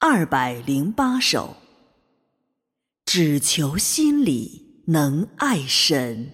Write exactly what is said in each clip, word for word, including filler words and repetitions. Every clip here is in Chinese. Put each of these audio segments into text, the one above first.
二百零八首，只求心里能爱神。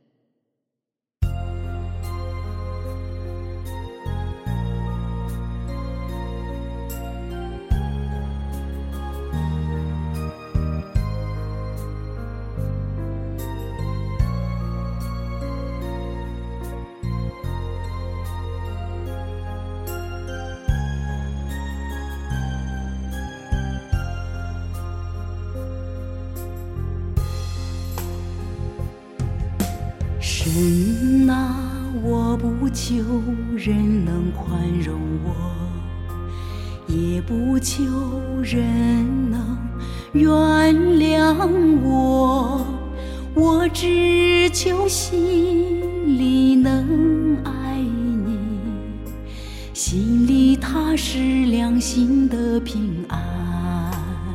神啊，我不求人能宽容我，也不求人能原谅我，我只求心里能爱你，心里踏实良心的平安，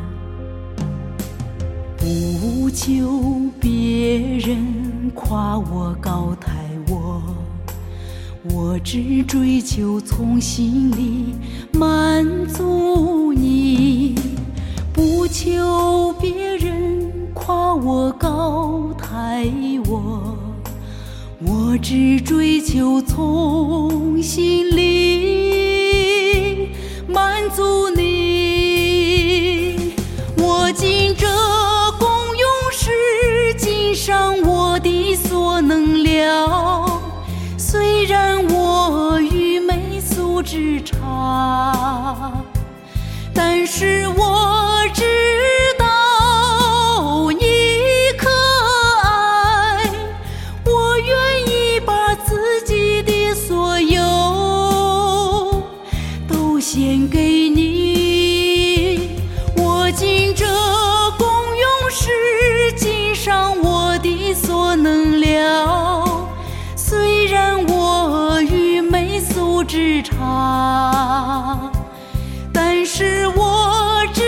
不求别人夸我高抬我，我只追求从心里满足你，不求别人夸我高抬我，我只追求从心里满足你。我尽这功用是尽上我的所能了，虽然我愚昧素质差，但是我知道你可爱，我愿意把自己的所有都献给你。我尽这功用是尽上我的所能了，虽然我愚昧素质差，但是我知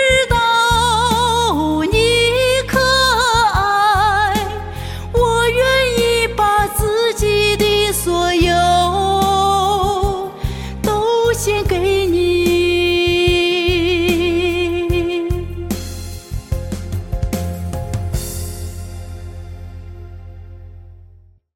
道你可爱，我愿意把自己的所有都献给你。